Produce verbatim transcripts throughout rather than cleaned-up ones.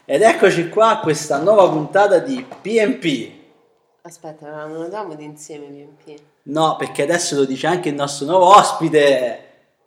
Ed eccoci qua a questa nuova puntata di P and P. Aspetta, non lo diamo di insieme P and P? No, perché adesso lo dice anche il nostro nuovo ospite.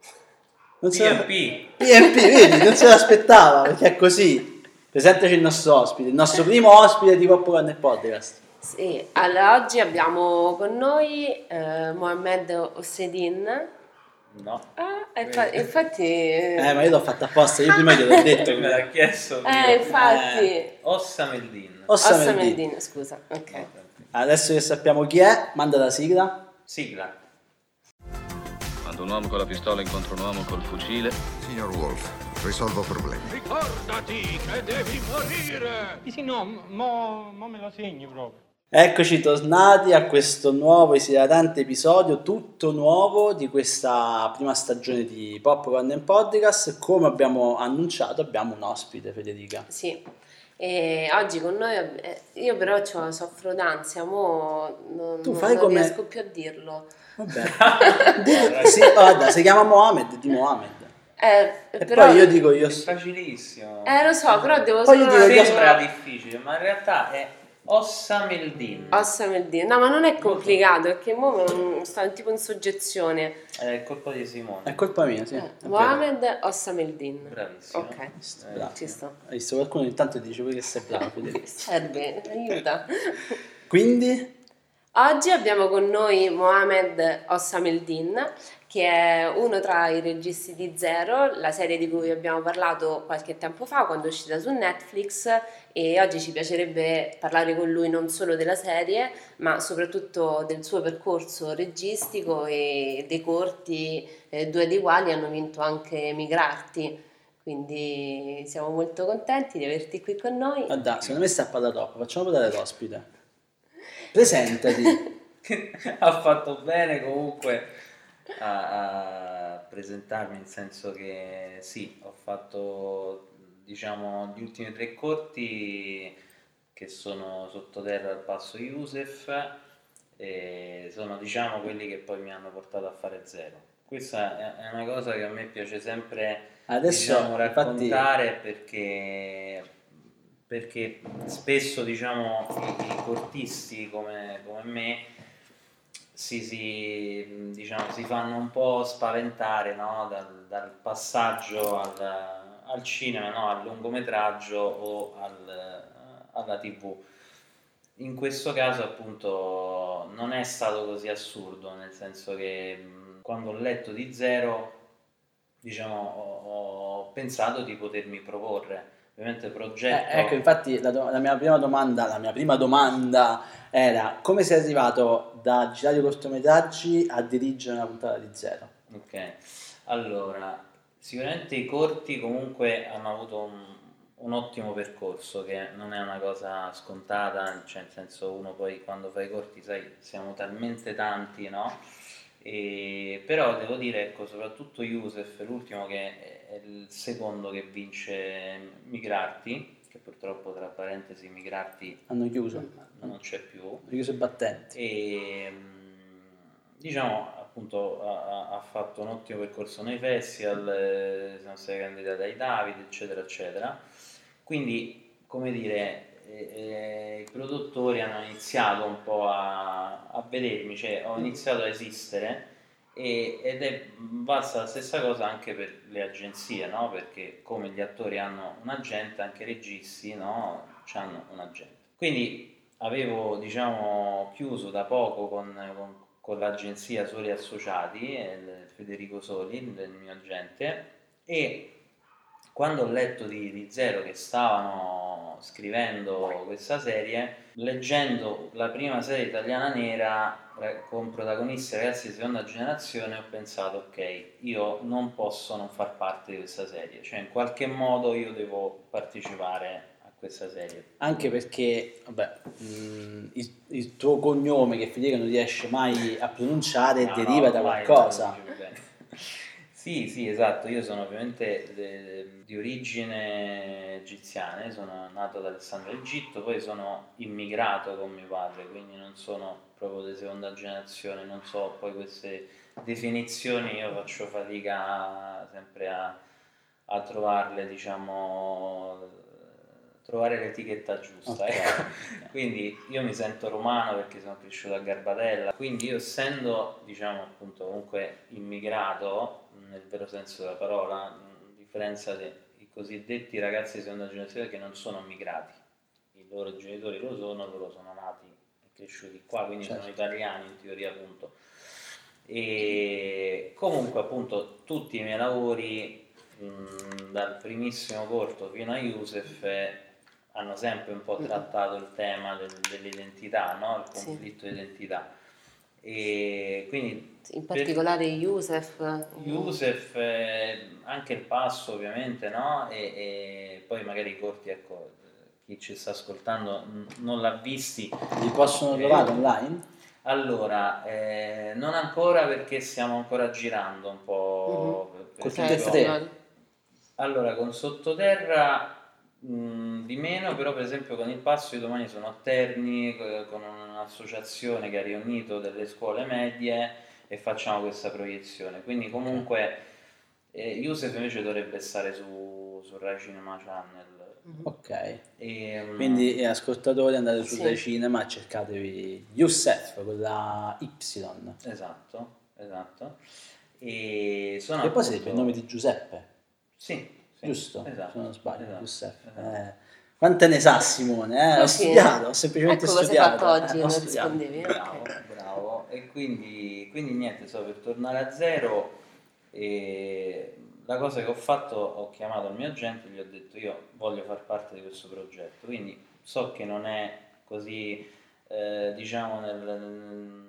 Non P se and lo... P. P and P, vedi, non se l'aspettava, perché è così. Presentaci il nostro ospite, il nostro primo ospite di Popcorn nel Podcast. Sì, allora oggi abbiamo con noi eh, Mohamed Ossedin. No. Ah, infa- infatti... Eh, ma io l'ho fatta apposta, io prima gliel'ho detto. Me l'ha chiesto. Eh, infatti... Eh. Ossam Eldin. Ossam Ossam Eldin. Eldin, scusa, ok. Adesso che sappiamo chi è, manda la sigla. Sigla. Quando un uomo con la pistola incontra un uomo col fucile, Signor Wolf, risolvo problemi. Ricordati che devi morire! Sì, sì, no, mo, mo me lo segni proprio. Eccoci tornati a questo nuovo esilarante episodio, tutto nuovo di questa prima stagione di Popcorn and Podcast. Come abbiamo annunciato abbiamo un ospite, Federica. Sì, e oggi con noi, eh, io però c'ho- soffro d'ansia, mo non, Tu non- fai non come- riesco più a dirlo. Vabbè, Di- sì, guarda, si chiama Mohamed, di Mohamed. Eh, E però, poi io dico io... È facilissimo. Eh, lo so, però devo Poi io solo... dico io- Sembra difficile, ma in realtà è Ossam Eldin. Ossam Eldin. No, ma non è complicato, perché mo mm, sto tipo in soggezione. È colpa di Simone. È colpa mia, sì. Eh, è vero. Mohamed Ossam Eldin. Bravissimo. Ok, Eh, Bravo. ci sto. Hai visto qualcuno ogni tanto dice pure che sei bravo, Federica. Serve, aiuta. Quindi, Oggi abbiamo con noi Mohamed Ossam Eldin, che è uno tra i registi di Zero, la serie di cui abbiamo parlato qualche tempo fa, quando è uscita su Netflix, e oggi ci piacerebbe parlare con lui non solo della serie, ma soprattutto del suo percorso registico e dei corti, eh, due dei quali hanno vinto anche Migrarti. Quindi siamo molto contenti di averti qui con noi. guarda, secondo me sta a parlare troppo, facciamo parlare l'ospite. Presentati. Ha fatto bene comunque a, a presentarmi, nel senso che sì, ho fatto diciamo gli ultimi tre corti che sono Sottoterra al Passo Youssef e sono diciamo quelli che poi mi hanno portato a fare Zero. Questa è, è una cosa che a me piace sempre Adesso, diciamo, infatti- raccontare perché perché spesso diciamo i, i cortisti come, come me si, si, diciamo, si fanno un po' spaventare, no? dal, dal passaggio al, al cinema, no? Al lungometraggio o al, alla tivù. In questo caso appunto non è stato così assurdo, nel senso che mh, quando ho letto di Zero diciamo ho, ho pensato di potermi proporre. Ovviamente il progetto... Eh, ecco, infatti la, do- la mia prima domanda, la mia prima domanda era come sei arrivato da girare i cortometraggi a dirigere una puntata di Zero? Ok, allora, sicuramente i corti comunque hanno avuto un, un ottimo percorso, che non è una cosa scontata, cioè nel senso uno poi quando fa i corti, sai, siamo talmente tanti, no? E, però devo dire, ecco, soprattutto Youssef, l'ultimo che è il secondo che vince Migrarti, che purtroppo tra parentesi Migrarti Hanno chiuso, non c'è più, hanno chiuso i battenti. e mh, diciamo appunto ha, ha fatto un ottimo percorso nei festival, eh, sono stati candidati ai David eccetera eccetera, quindi come dire eh, eh, i produttori hanno iniziato un po' a, a vedermi, cioè ho iniziato a esistere e, ed è valsa la stessa cosa anche per le agenzie, no? Perché come gli attori hanno un agente, anche i registi, no? Hanno un agente, quindi avevo diciamo chiuso da poco con, con, con l'agenzia Soli Associati, il Federico Soli, il mio agente, e quando ho letto di, di Zero che stavano scrivendo questa serie, leggendo la prima serie italiana nera con protagonisti ragazzi di seconda generazione, ho pensato ok, io non posso non far parte di questa serie, cioè in qualche modo io devo partecipare questa serie. Anche perché, vabbè, mh, il, il tuo cognome che Federico non riesce mai a pronunciare No, deriva no, da ormai qualcosa. lo dicevo bene. Sì, sì, esatto, io sono ovviamente de- di origine egiziana, sono nato ad Alessandria, Egitto, poi sono immigrato con mio padre, quindi non sono proprio di seconda generazione, non so, poi queste definizioni io faccio fatica sempre a, a trovarle, diciamo, trovare l'etichetta giusta, Okay. ecco. Quindi io mi sento romano perché sono cresciuto a Garbatella, quindi io essendo, diciamo appunto, comunque immigrato nel vero senso della parola, a differenza dei cosiddetti ragazzi di seconda generazione che non sono immigrati, i loro genitori lo sono, loro sono nati e cresciuti qua, quindi Certo. sono italiani in teoria, appunto. E comunque appunto tutti i miei lavori, mh, dal primissimo corto fino a Youssef, eh, hanno sempre un po' trattato il tema del- dell'identità, no? Il Sì. conflitto di identità. E quindi In per- particolare Youssef. Youssef, eh, anche il passo ovviamente, no? E, e poi magari i corti, ecco, chi ci sta ascoltando n- non l'ha visti. Li possono Eh, trovare online? Allora, eh, non ancora perché stiamo ancora girando un po'. Mhm. per- per Con Cioè, tutte e esempio- tre? festival. Allora, con Sottoterra mh, di meno, però per esempio con il Passo io domani sono a Terni eh, con un'associazione che ha riunito delle scuole medie e facciamo questa proiezione. Quindi comunque eh, Youssef invece dovrebbe stare su, su Rai Cinema Channel. Ok. E, mh, Quindi eh, ascoltatori andate su Sì. Rai Cinema, cercatevi Youssef con la Y. Esatto, esatto. E sono Che poi appunto- sarebbe il nome di Giuseppe, Sì, sì, giusto? esatto, Se non sbaglio, esatto, Youssef. esatto. Eh, quante ne sa Simone? Eh? Ho Così. studiato, ho semplicemente Ecco cosa hai studiato. fatto oggi, eh, ho non studiato. rispondevi. Bravo, Ok. bravo. E quindi, quindi niente, so, per tornare a zero, e la cosa che ho fatto, ho chiamato il mio agente e gli ho detto io voglio far parte di questo progetto, quindi so che non è così, eh, diciamo, nel,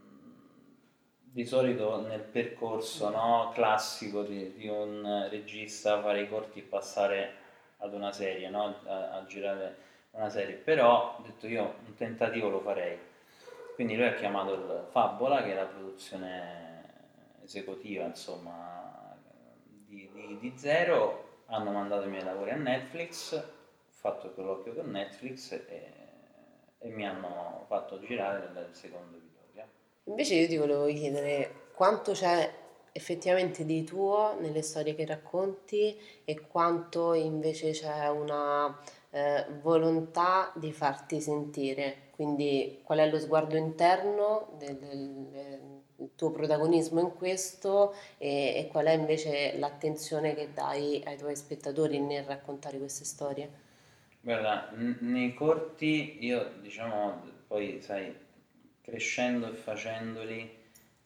di solito nel percorso, no, classico di, di un regista fare i corti e passare ad una serie, no, a, a girare una serie, però ho detto io un tentativo lo farei. Quindi lui ha chiamato il Fabola, che è la produzione esecutiva, insomma, di, di, di Zero, hanno mandato i miei lavori a Netflix, ho fatto il colloquio con Netflix e, e mi hanno fatto girare il secondo episodio. Invece io ti volevo chiedere quanto c'è effettivamente di tuo nelle storie che racconti e quanto invece c'è una eh, volontà di farti sentire. Quindi qual è lo sguardo interno del, del- del tuo protagonismo in questo e, e qual è invece l'attenzione che dai ai tuoi spettatori nel raccontare queste storie. Guarda, n- nei corti io, diciamo, poi sai, crescendo e facendoli,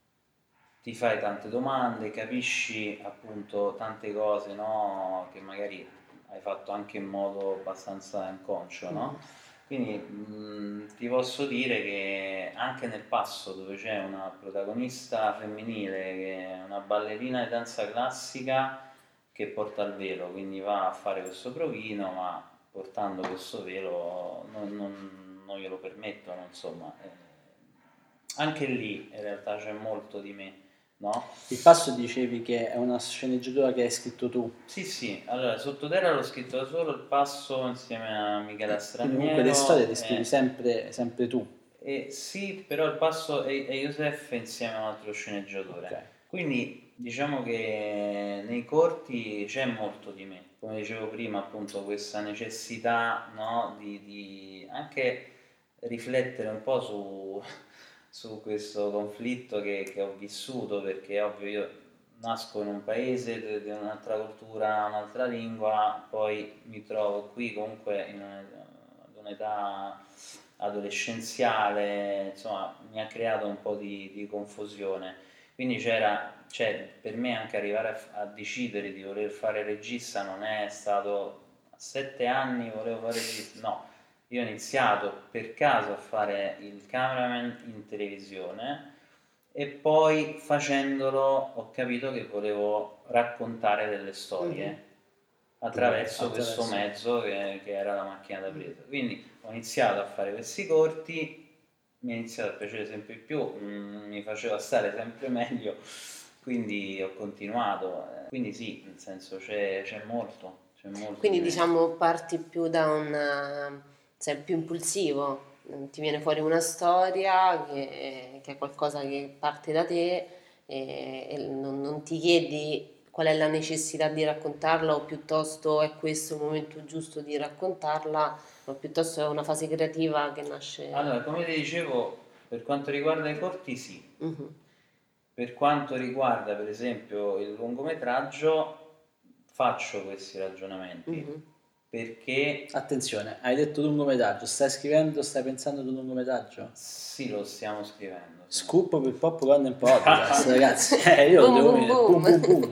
ti fai tante domande, capisci appunto tante cose, no? Che magari hai fatto anche in modo abbastanza inconscio, no? Quindi mh, ti posso dire che anche nel Passo, dove c'è una protagonista femminile che è una ballerina di danza classica che porta il velo, quindi va a fare questo provino, ma portando questo velo non, non- non glielo permettono, insomma. Eh, anche lì in realtà c'è molto di me, no? Il Passo dicevi che è una sceneggiatura che hai scritto tu, Sì, sì, allora Sottoterra l'ho scritto da solo, Il Passo insieme a Michela quindi Straniero. comunque le storie le e- scrivi sempre, sempre tu. e sì, però Il Passo e, e Youssef insieme a un altro sceneggiatore. Ok. Quindi diciamo che nei corti c'è molto di me, come dicevo prima, appunto questa necessità, no, di, di anche riflettere un po' su, su questo conflitto che, che ho vissuto, perché ovvio io nasco in un paese di di un'altra cultura, un'altra lingua, poi mi trovo qui comunque in una- ad un'età adolescenziale, insomma mi ha creato un po' di, di confusione, quindi c'era, cioè, per me anche arrivare a, a decidere di voler fare regista non è stato a sette anni volevo fare regista, no, io ho iniziato per caso a fare il cameraman in televisione e poi facendolo ho capito che volevo raccontare delle storie Mhm. attraverso, Attraverso. questo mezzo che, che era la macchina da presa. Quindi ho iniziato a fare questi corti, mi è iniziato a piacere sempre di più, mm, mi faceva stare sempre meglio, quindi ho continuato. eh. Quindi sì, nel senso c'è, c'è molto, c'è molto. Quindi di me. diciamo parti più da un, eh, sei più impulsivo, ti viene fuori una storia che, che è qualcosa che parte da te e, e non, non ti chiedi qual è la necessità di raccontarla, o piuttosto è questo il momento giusto di raccontarla, o piuttosto è una fase creativa che nasce... Allora, come ti dicevo, per quanto riguarda i corti sì, Mhm. per quanto riguarda per esempio il lungometraggio faccio questi ragionamenti, Mhm. perché Attenzione, hai detto lungometraggio, stai scrivendo, stai pensando ad un lungometraggio? sì, lo stiamo scrivendo. sì. Scoop per Popcorn and Podcast, ragazzi. Eh, io Boom, devo boom, dire, boom. boom, boom,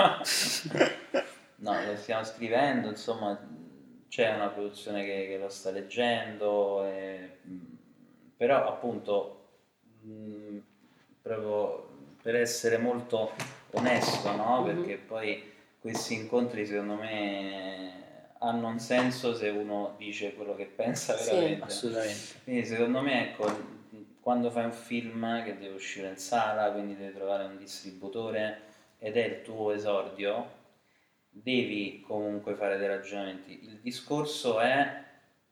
boom. No, lo stiamo scrivendo, insomma, c'è una produzione che, che lo sta leggendo, e, mh, però appunto, mh, proprio per essere molto onesto, no? Mhm. Perché poi questi incontri secondo me hanno un senso se uno dice quello che pensa Sì. veramente. Assolutamente. Quindi secondo me, ecco, quando fai un film che deve uscire in sala, quindi devi trovare un distributore ed è il tuo esordio, devi comunque fare dei ragionamenti. Il discorso è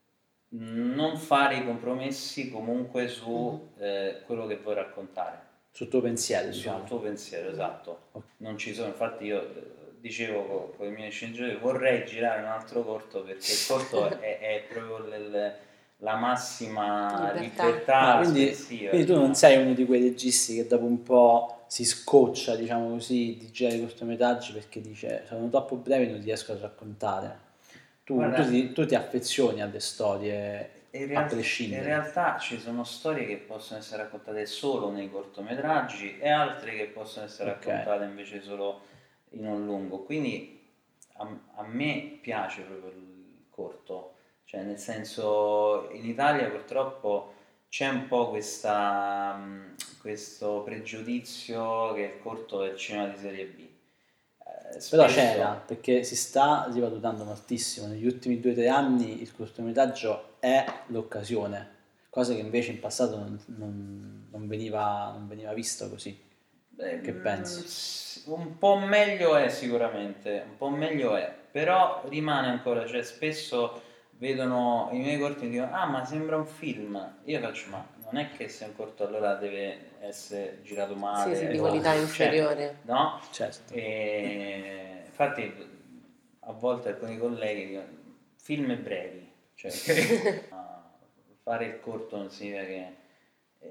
non fare i compromessi comunque su eh, quello che vuoi raccontare, Sul tuo pensiero, sul diciamo. tuo pensiero, esatto. Non ci sono, infatti io eh, dicevo con, con i miei sceneggiatori vorrei girare un altro corto, perché il corto è, è proprio l- la massima Libertà. libertà, Ah, quindi, espressiva, quindi tu non diciamo. sei uno di quei registi che dopo un po' si scoccia, diciamo così, di girare i cortometraggi perché dice sono troppo brevi e non riesco a raccontare. Tu, Guarda, tu ti, tu ti affezioni alle storie In, a real- prescindere. in realtà ci sono storie che possono essere raccontate solo nei cortometraggi e altre che possono essere Ok. raccontate invece solo in un lungo. Quindi a, a me piace proprio il corto, cioè nel senso in Italia purtroppo c'è un po' questa, mh, questo pregiudizio che il corto è il cinema di serie B. Eh, Però spesso- c'era, perché si sta rivalutando moltissimo. Negli ultimi due o tre anni il cortometraggio è l'occasione, cosa che invece in passato non, non- non veniva, non veniva visto così. Beh, Che mm, pensi? s- Un po' meglio è sicuramente, un po' meglio è, però rimane ancora, cioè spesso vedono i miei corti e dicono ah ma sembra un film, io faccio ma non è che se è un corto allora deve essere girato male, Sì, sì, di o- qualità cioè, inferiore. no? Certo. E infatti a volte alcuni colleghi dicono film brevi, cioè ma fare il corto non significa che eh,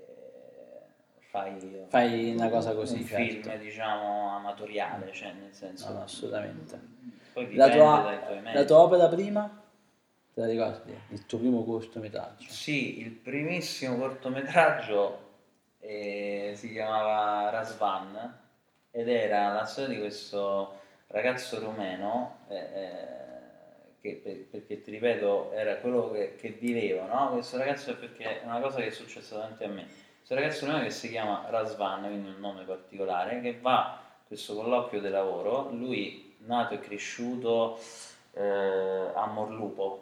fai, Fai una cosa così, un certo. film diciamo amatoriale, cioè nel senso No, no, assolutamente. poi La dipende tua, dai tuoi la mezzi. tua opera prima? Te la ricordi? Il tuo primo cortometraggio? Sì, il primissimo cortometraggio eh, si chiamava Razvan ed era la storia di questo ragazzo rumeno eh, eh, che per- perché ti ripeto era quello che, che vivevo, no? Questo ragazzo, perché è una cosa che è successa davanti a me, questo ragazzo rumeno che si chiama Razvan, quindi un nome particolare, che va a questo colloquio di lavoro, lui nato e cresciuto eh, a Morlupo.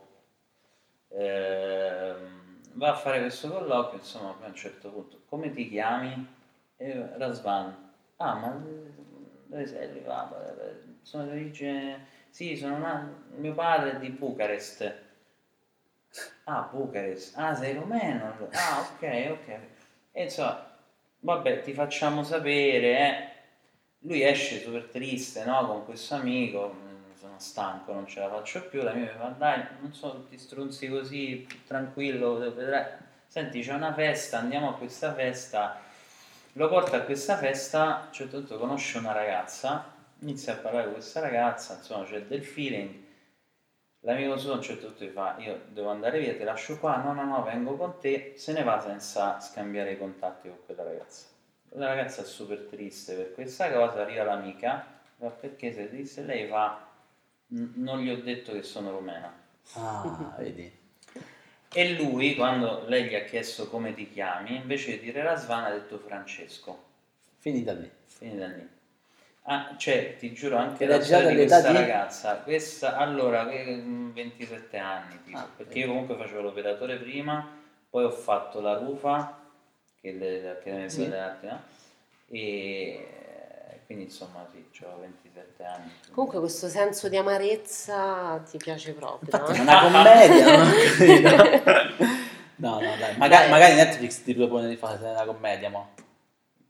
Ehm, va a fare questo colloquio, insomma, poi a un certo punto, come ti chiami? E Razvan. Ah, ma dove sei arrivato? Sono di origine... Sì, sono nato... mio padre è di Bucarest. Ah, Bucarest. Ah, sei rumeno? Ah, ok, ok. E insomma, vabbè, ti facciamo sapere, eh. Lui esce super triste, no? Con questo amico, "Mm, sono stanco, non ce la faccio più", l'amico mi fa dai, non so, tutti stronzi così, tranquillo, vedrai. Senti, c'è una festa, andiamo a questa festa. Lo porta a questa festa, a un certo punto conosce una ragazza, inizia a parlare con questa ragazza, insomma c'è del feeling. L'amico suo a un certo punto gli fa io devo andare via, ti lascio qua, no no no vengo con te, se ne va senza scambiare i contatti con quella ragazza. La ragazza è super triste per questa cosa, arriva l'amica, fa perché sei triste? Lei fa "N- non gli ho detto che sono rumena". Ah, vedi. E lui, quando lei gli ha chiesto come ti chiami, invece di dire Razvan ha detto Francesco. Finita lì. Finita lì. Ah, cioè, ti giuro, anche Ed la è già storia di dall'età questa di- ragazza, questa, allora, che- mm, ventisette anni, tipo, Ah, perché io comunque facevo l'operatore prima, poi ho fatto la rufa, che è le- l'Accademia Sì. Belle Arti, no? E quindi insomma sì, ho ventisette anni. Comunque questo senso di amarezza ti piace proprio, Infatti è eh? una commedia, non ho capito. No, no, dai. Maga- Dai. magari Netflix ti propone di fare una commedia, mo.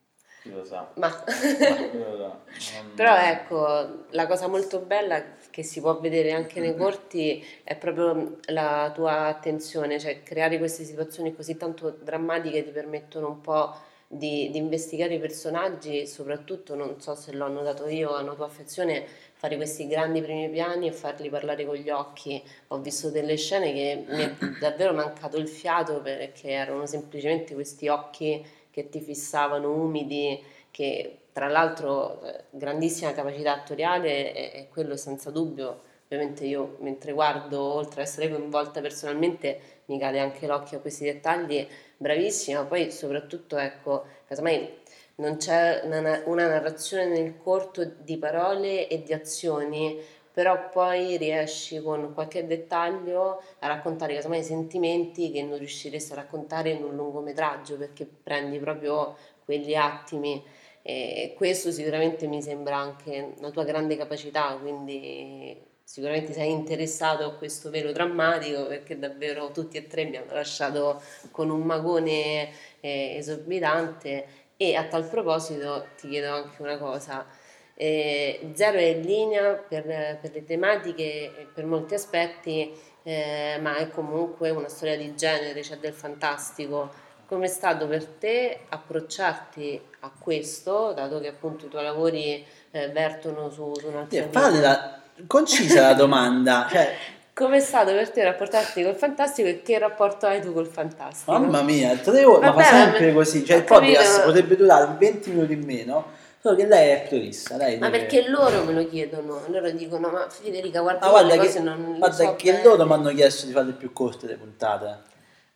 Chi lo sa. Ma Chi lo sa. Non- però ecco, la cosa molto bella che si può vedere anche nei corti è proprio la tua attenzione, cioè creare queste situazioni così tanto drammatiche ti permettono un po' di, di investigare i personaggi, soprattutto, non so se l'ho notato io, a tua affezione, fare questi grandi primi piani e farli parlare con gli occhi. Ho visto delle scene che mi è davvero mancato il fiato perché erano semplicemente questi occhi che ti fissavano, umidi, che tra l'altro eh, grandissima capacità attoriale e, e quello senza dubbio. Ovviamente io mentre guardo, oltre ad essere coinvolta personalmente, mi cade anche l'occhio a questi dettagli, bravissima. Poi soprattutto, ecco, casomai non c'è una, una narrazione nel corto di parole e di azioni, però poi riesci con qualche dettaglio a raccontare casomai sentimenti che non riusciresti a raccontare in un lungometraggio, perché prendi proprio quegli attimi. E questo sicuramente mi sembra anche una tua grande capacità, quindi sicuramente sei interessato a questo velo drammatico, perché davvero tutti e tre mi hanno lasciato con un magone eh, esorbitante. E a tal proposito ti chiedo anche una cosa. Eh, Zero è in linea per, per le tematiche e per molti aspetti, eh, ma è comunque una storia di genere, c'è del fantastico. Com'è stato per te approcciarti a questo, dato che appunto i tuoi lavori eh, vertono su, su un'altra Eh, vita? Falla concisa la domanda, cioè, Com'è stato per te rapportarti col fantastico e che rapporto hai tu col fantastico? mamma mia, tre ore, ma fa Vabbè, sempre ma- così, cioè ho il podcast capito. potrebbe durare venti minuti in meno, solo che lei è prolissa, lei Ma deve... perché loro me lo chiedono, loro dicono, ma Federica, guarda, Ma io le guarda cose che, non le guarda so che bene. loro mi hanno chiesto di farle più corte le puntate.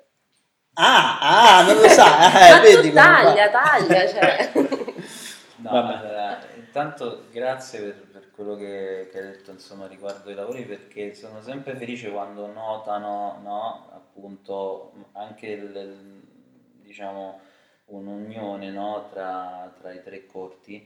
Ah, ah, non lo sa, eh, Ma vedi tu come fa. taglia, taglia, cioè. No, Vabbè. allora, intanto grazie per, per quello che, che hai detto insomma riguardo i lavori, perché sono sempre felice quando notano, no, appunto anche il, il- diciamo un'unione, no, tra, tra i tre corti.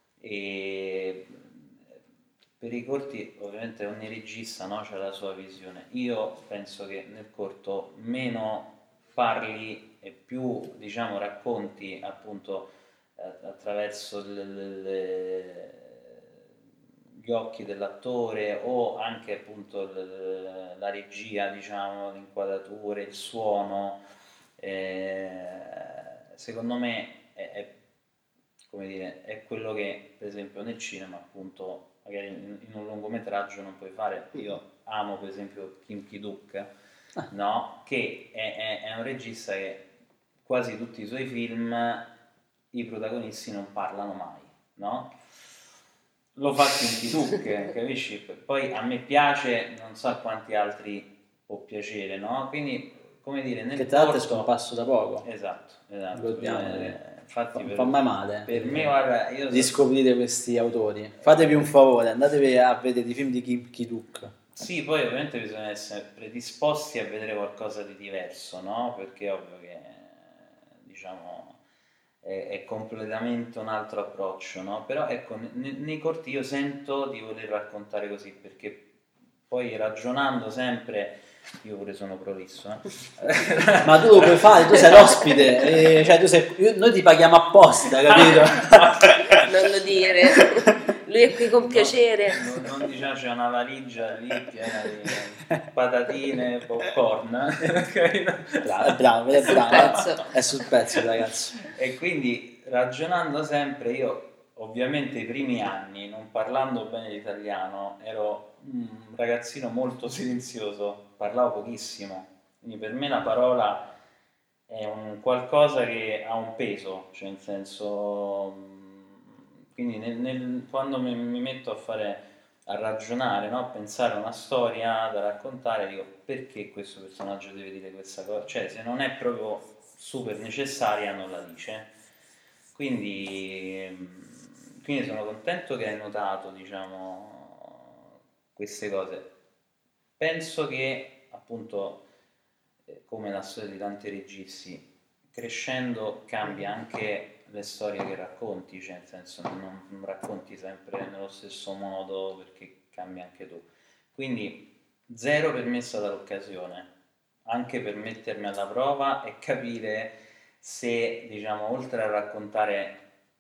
E per i corti ovviamente ogni regista, no, c'ha la sua visione. Io penso che nel corto meno parli e più diciamo racconti appunto eh, attraverso le, le- le- gli occhi dell'attore o anche appunto l- la regia, diciamo, le inquadrature, il suono. eh, secondo me è, è, come dire, è quello che per esempio nel cinema appunto magari in, in un lungometraggio non puoi fare. Io amo per esempio Kim Ki-duk, no? Che è, è- è un regista che quasi tutti i suoi film i protagonisti non parlano mai, no? Lo fa Kim Ki-duk, capisci? Poi a me piace, non so a quanti altri può piacere, no? Quindi, come dire, nel Che tra l'altro è corto- scomparso da poco. Esatto, esatto. Ricordiamolo. Eh, infatti Fa, per, fa mai male per eh, me, guarda, io di so- scoprire questi autori. Fatevi un favore, andatevi a vedere i film di Kim Ki-duk. Sì, poi ovviamente bisogna essere predisposti a vedere qualcosa di diverso, no? Perché è ovvio che, diciamo, è, è completamente un altro approccio, no? Però ecco, ne- nei corti io sento di voler raccontare così, perché poi ragionando sempre, io pure sono prolisso, eh? Ma tu lo puoi fare, tu sei l'ospite, e, cioè tu sei, io- noi ti paghiamo apposta, capito? Non lo dire. Lui è qui con piacere. Non, non diciamo c'è una valigia lì piena di patatine, popcorn, capito? Bravo, bravo, è È sul bravo, pezzo. è sul pezzo, ragazzo. E quindi ragionando sempre, io ovviamente i primi anni, non parlando bene l'italiano, ero un ragazzino molto silenzioso, parlavo pochissimo, quindi per me la parola è un qualcosa che ha un peso, cioè nel senso, mh, quindi nel- nel- quando mi, mi metto a fare, a ragionare, no? A pensare a una storia da raccontare, dico perché questo personaggio deve dire questa cosa, cioè se non è proprio super necessaria non la dice. Quindi, mh, quindi sono contento che hai notato, diciamo, queste cose. Penso che appunto, eh, come la storia di tanti registi, crescendo cambia anche le storie che racconti, cioè nel senso non, non racconti sempre nello stesso modo perché cambia anche tu. Quindi Zero per me è stata l'occasione, anche per mettermi alla prova e capire se, diciamo, oltre a raccontare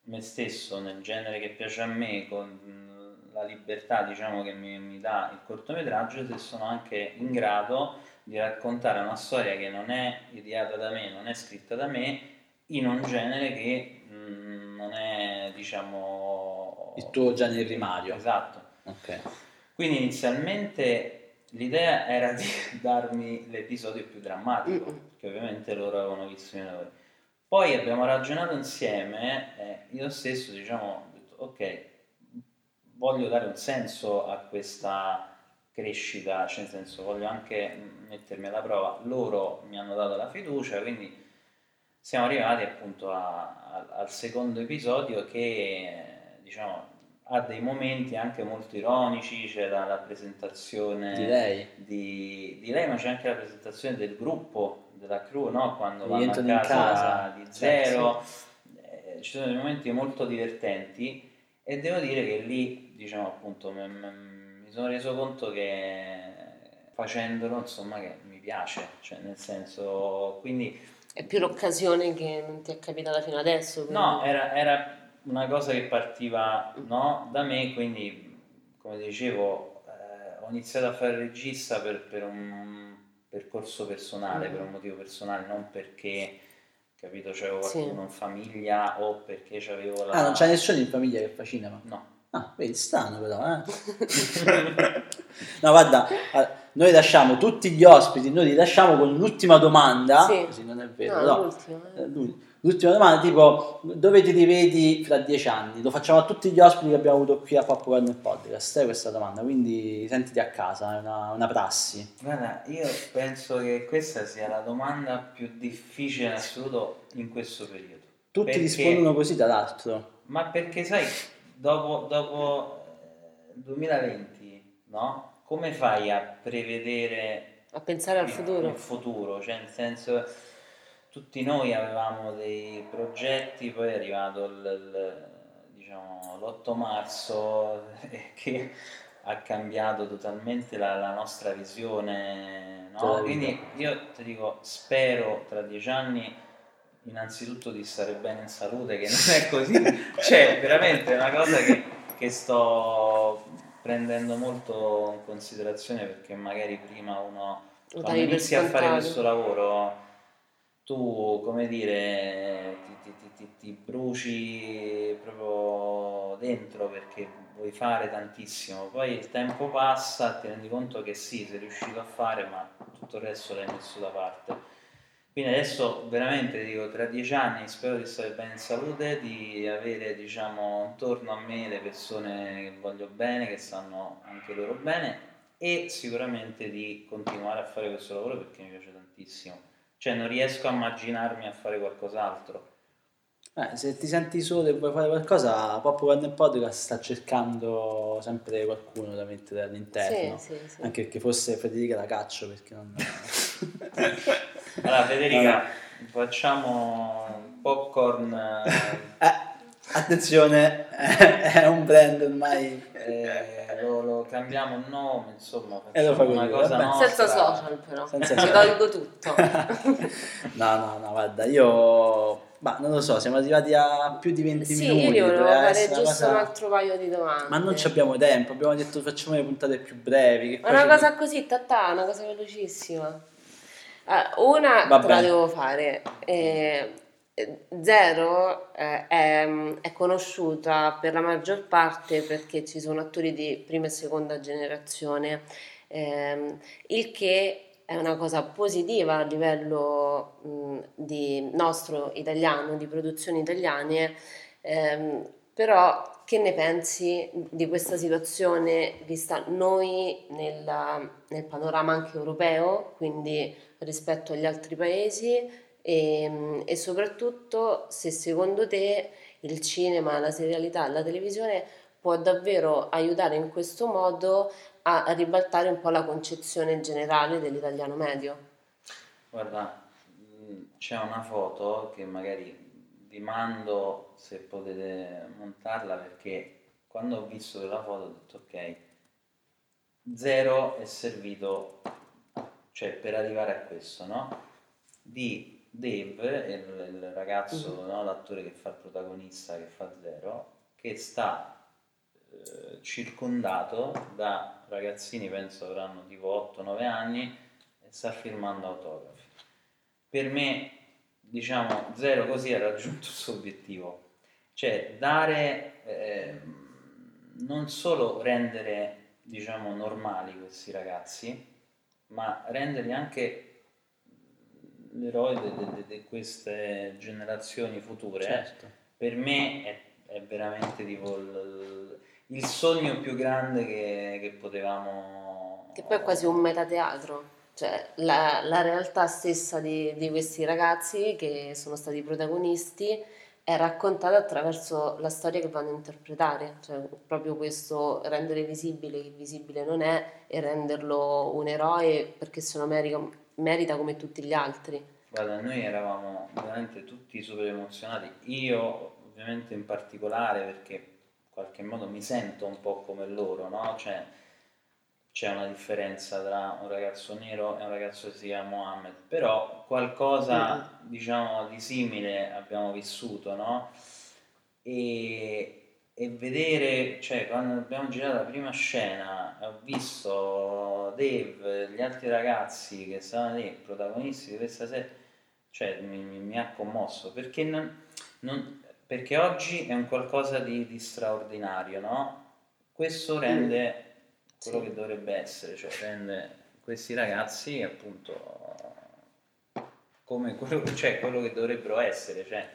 me stesso nel genere che piace a me, con la libertà, diciamo, che mi, mi dà il cortometraggio, se sono anche in grado di raccontare una storia che non è ideata da me, non è scritta da me, in un genere che mh, non è, diciamo, il tuo genere primario. Esatto. Ok. Quindi inizialmente l'idea era di darmi l'episodio più drammatico, Mm-mm. perché ovviamente loro avevano visto i miei lavori. Poi abbiamo ragionato insieme e io stesso, diciamo, ho detto, ok, voglio dare un senso a questa crescita, cioè nel senso voglio anche mettermi alla prova. Loro mi hanno dato la fiducia, quindi siamo arrivati appunto a, a, al secondo episodio che, diciamo, ha dei momenti anche molto ironici, c'è la, la presentazione Di lei. Di, di lei, ma c'è anche la presentazione del gruppo, della crew, no? Quando Gli vanno a entrano in casa, casa. di Sì, Zero, eh, ci sono dei momenti molto divertenti e devo dire che lì, diciamo, appunto, m- m- mi sono reso conto che facendolo, insomma, che mi piace, cioè nel senso, quindi È più l'occasione che non ti è capitata fino adesso. Quindi... no, era, era una cosa che partiva, no, da me, quindi come dicevo, eh, ho iniziato a fare il regista per, per un percorso personale, Mm. per un motivo personale, non perché, capito, c'avevo Sì. qualcuno in famiglia o perché c'avevo la... Ah, non c'è nessuno in famiglia che fa cinema? No. Ah, vedi, strano però, eh? No, guarda, eh, noi lasciamo tutti gli ospiti, noi li lasciamo con l'ultima domanda, Sì. così non è vero, No, però, l'ultima, eh. eh, l'ul- l'ultima domanda tipo, dove ti rivedi fra dieci anni? Lo facciamo a tutti gli ospiti che abbiamo avuto qui a Popcorn nel podcast, è questa domanda, quindi sentiti a casa, è una, una prassi. Guarda, io penso che questa sia la domanda più difficile in assoluto in questo periodo. Tutti Perché- rispondono così, tra l'altro. Ma perché sai, dopo, dopo eh, duemilaventi, no? Come fai a prevedere A pensare al il- futuro. il futuro? Cioè, nel senso, tutti noi avevamo dei progetti, poi è arrivato il, il, diciamo, l'otto marzo eh, che ha cambiato totalmente la, la nostra visione, Della no? vita. Quindi io ti dico, spero tra dieci anni innanzitutto di stare bene in salute, che non è così, cioè veramente è una cosa che, che sto prendendo molto in considerazione, perché magari prima uno, Lo quando davi per inizi a fare scontato. questo lavoro, tu, come dire, ti, ti- ti- ti- ti bruci proprio dentro perché vuoi fare tantissimo, poi il tempo passa, ti rendi conto che sì, sei riuscito a fare, ma tutto il resto l'hai messo da parte. Quindi adesso veramente dico, tra dieci anni spero di stare bene in salute, di avere, diciamo, intorno a me le persone che voglio bene, che stanno anche loro bene, e sicuramente di continuare a fare questo lavoro perché mi piace tantissimo. Cioè non riesco a immaginarmi a fare qualcos'altro. Eh, se ti senti solo e vuoi fare qualcosa, Popcorn nel podcast sta cercando sempre qualcuno da mettere all'interno, Sì, sì, sì. anche che fosse Federica la caccio, perché non... Allora Federica, facciamo popcorn, Eh, attenzione, è un brand ormai... eh, lo, lo cambiamo il nome, insomma, E lo facciamo fa una così, cosa vabbè. nostra. Senza social però. Senza Ci social. tolgo tutto. No, no, no, guarda, io... Ma non lo so, siamo arrivati a più di venti Sì, minuti. io ti volevo doveva fare essere giusto una cosa- un altro paio di domande. Ma non ci abbiamo tempo, abbiamo detto facciamo le puntate più brevi. Che Ma poi una ci- cosa così, tatà, una cosa velocissima. Ah, una Va te la bene. devo fare. Eh, Zero eh, è, è conosciuta per la maggior parte perché ci sono attori di prima e seconda generazione, ehm, il che è una cosa positiva a livello mh, di nostro italiano, di produzioni italiane, ehm, però che ne pensi di questa situazione vista noi nella- nel panorama anche europeo, quindi rispetto agli altri paesi e, e soprattutto se secondo te il cinema, la serialità, la televisione può davvero aiutare in questo modo a, a ribaltare un po' la concezione generale dell'italiano medio? Guarda, mh, c'è una foto che magari vi mando se potete montarla, perché quando ho visto quella foto ho detto ok, Zero è servito, cioè per arrivare a questo, no? Di Dave, il, il ragazzo, no, l'attore che fa il protagonista, che fa Zero, che sta eh, circondato da ragazzini, penso avranno tipo otto nove anni, e sta firmando autografi. Per me, diciamo, Zero così ha raggiunto il suo obiettivo, cioè dare, eh, non solo rendere, diciamo, normali questi ragazzi, ma renderli anche l'eroe di queste generazioni future. Certo. Per me è, è veramente tipo il, il sogno più grande che, che potevamo... Che poi è quasi un metateatro, cioè la, la realtà stessa di, di questi ragazzi che sono stati protagonisti è raccontata attraverso la storia che vanno a interpretare, cioè proprio questo rendere visibile chi visibile non è e renderlo un eroe perché se lo merita, merita come tutti gli altri. Guarda, noi eravamo veramente tutti super emozionati, io ovviamente in particolare perché in qualche modo mi sento un po' come loro, no? Cioè c'è una differenza tra un ragazzo nero e un ragazzo che si chiama Mohammed, però qualcosa mm-hmm. diciamo di simile abbiamo vissuto, no? E, e vedere, cioè quando abbiamo girato la prima scena ho visto Dave, gli altri ragazzi che stavano lì, protagonisti di questa serie, cioè mi, mi, mi ha commosso perché, non, non, perché oggi è un qualcosa di, di straordinario, no? Questo rende mm. quello sì. che dovrebbe essere, cioè rende questi ragazzi appunto come quello, cioè, quello che dovrebbero essere, cioè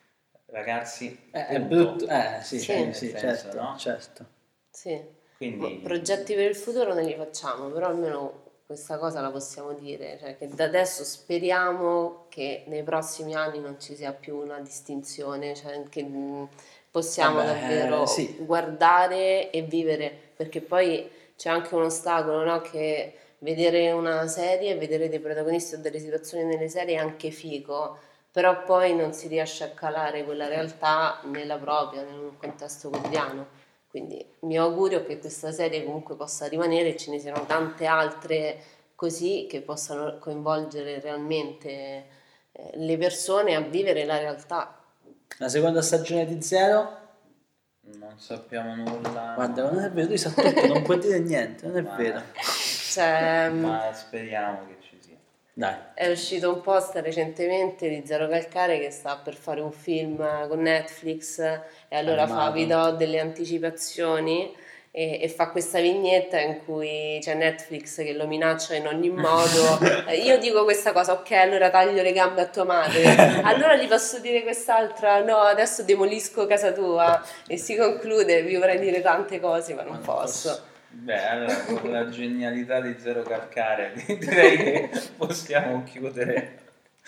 ragazzi eh, è brutto, eh sì, sì, sì, senso, certo, no? certo. Sì. Quindi progetti per il futuro non li facciamo, però almeno questa cosa la possiamo dire, cioè che da adesso speriamo che nei prossimi anni non ci sia più una distinzione, cioè che possiamo Vabbè, davvero eh, sì. guardare e vivere, perché poi c'è anche un ostacolo, no? Che vedere una serie, vedere dei protagonisti o delle situazioni nelle serie è anche figo, però poi non si riesce a calare quella realtà nella propria, in un contesto quotidiano. Quindi mi augurio che questa serie comunque possa rimanere e ce ne siano tante altre così che possano coinvolgere realmente eh, le persone a vivere la realtà. La seconda stagione di Zero? Non sappiamo nulla. Guarda, non è vero, lui sa tutto, non può dire niente, non è ma, vero. Cioè, ma speriamo che ci sia. Dai. È uscito un post recentemente di Zero Calcare che sta per fare un film con Netflix e allora Animato. fa, vi do delle anticipazioni e, e fa questa vignetta in cui c'è Netflix che lo minaccia in ogni modo. Io dico questa cosa, ok, allora taglio le gambe a tua madre, allora gli posso dire quest'altra, no, adesso demolisco casa tua, e si conclude, vi vorrei dire tante cose ma non, non posso. posso. Beh, allora con la genialità di Zero Calcare direi che possiamo chiudere.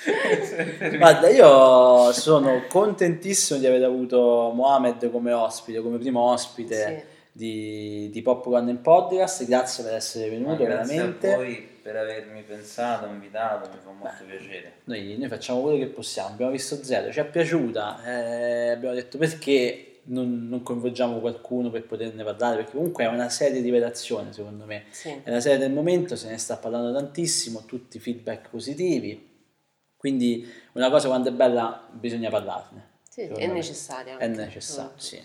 Guarda, io sono contentissimo di aver avuto Mohammed come ospite, come primo ospite sì. di, di Popcorn and Podcast. Grazie per essere venuto, Ma grazie veramente. a voi per avermi pensato, invitato, mi fa molto Beh, piacere. Noi, noi facciamo quello che possiamo, abbiamo visto Zero, ci è piaciuta, eh, abbiamo detto perché Non, non coinvolgiamo qualcuno per poterne parlare, perché comunque è una serie di rivelazione, secondo me sì. È una serie del momento, se ne sta parlando tantissimo, tutti feedback positivi, quindi una cosa quando è bella bisogna parlarne, sì, è necessaria è necessario, sì.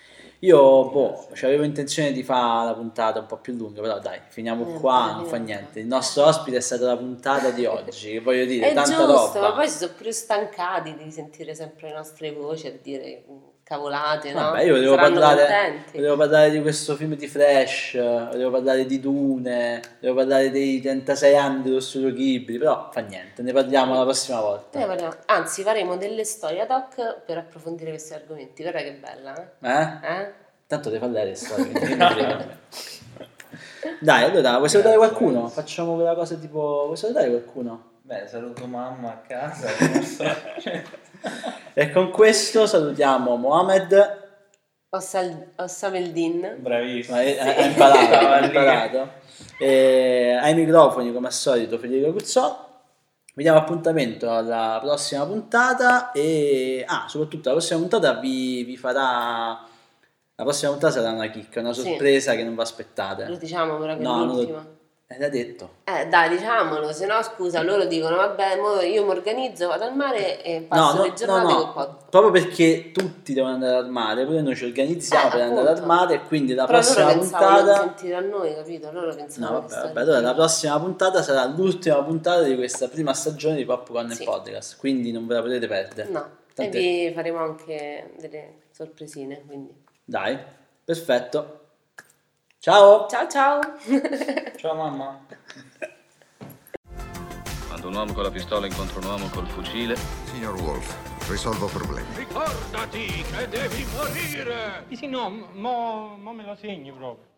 Io boh, avevo intenzione di fare la puntata un po' più lunga, però dai, finiamo eh, qua, non fa niente. Il nostro ospite è stata la puntata di oggi, voglio dire, è tanta giusto, roba. Ma poi si sono pure stancati di sentire sempre le nostre voci a dire cavolate, no? Vabbè, io volevo parlare, volevo parlare di questo film di Flash, volevo parlare di Dune, volevo parlare dei trentasei anni dello studio Ghibli, però fa niente, ne parliamo la prossima volta. Ne parliamo. Anzi, faremo delle storie ad hoc per approfondire questi argomenti, guarda che bella, eh? Eh? eh? Tanto devi parlare le storie, Dai, allora, vuoi salutare qualcuno? Facciamo quella cosa tipo, vuoi salutare qualcuno? Beh, saluto mamma a casa, non so. E con questo salutiamo Mohammed Ossam el-Din. Bravissimo. Ha sì. imparato, ha imparato. E ai microfoni come al solito Federico Cuzzò. Vi diamo appuntamento alla prossima puntata e ah, soprattutto la prossima puntata vi, vi farà la prossima puntata sarà una chicca, una sorpresa sì. che non vi aspettate. Lo diciamo però che no, è l'ultima. Eh, l'ha detto. Eh dai, diciamolo, se no scusa, loro dicono vabbè, mo io mi organizzo, vado al mare e passo No, le no, giornate no, col no, podcast. proprio perché tutti devono andare al mare, pure noi ci organizziamo Eh, per andare appunto. al mare e quindi la Però prossima loro pensavano di puntata... sentire a noi, capito? Loro pensavano No, che vabbè, stare vabbè, allora qui. la prossima puntata sarà l'ultima puntata di questa prima stagione di Popcorn Sì. e Podcast, quindi non ve la potete perdere. No, Tant'è- e vi faremo anche delle sorpresine, quindi. Dai, perfetto. Ciao! Ciao ciao! Ciao mamma. Quando un uomo con la pistola incontra un uomo col fucile, Signor Wolf, risolvo problemi. Ricordati che devi morire! Sì, sì, no, mo, mo me lo segni proprio.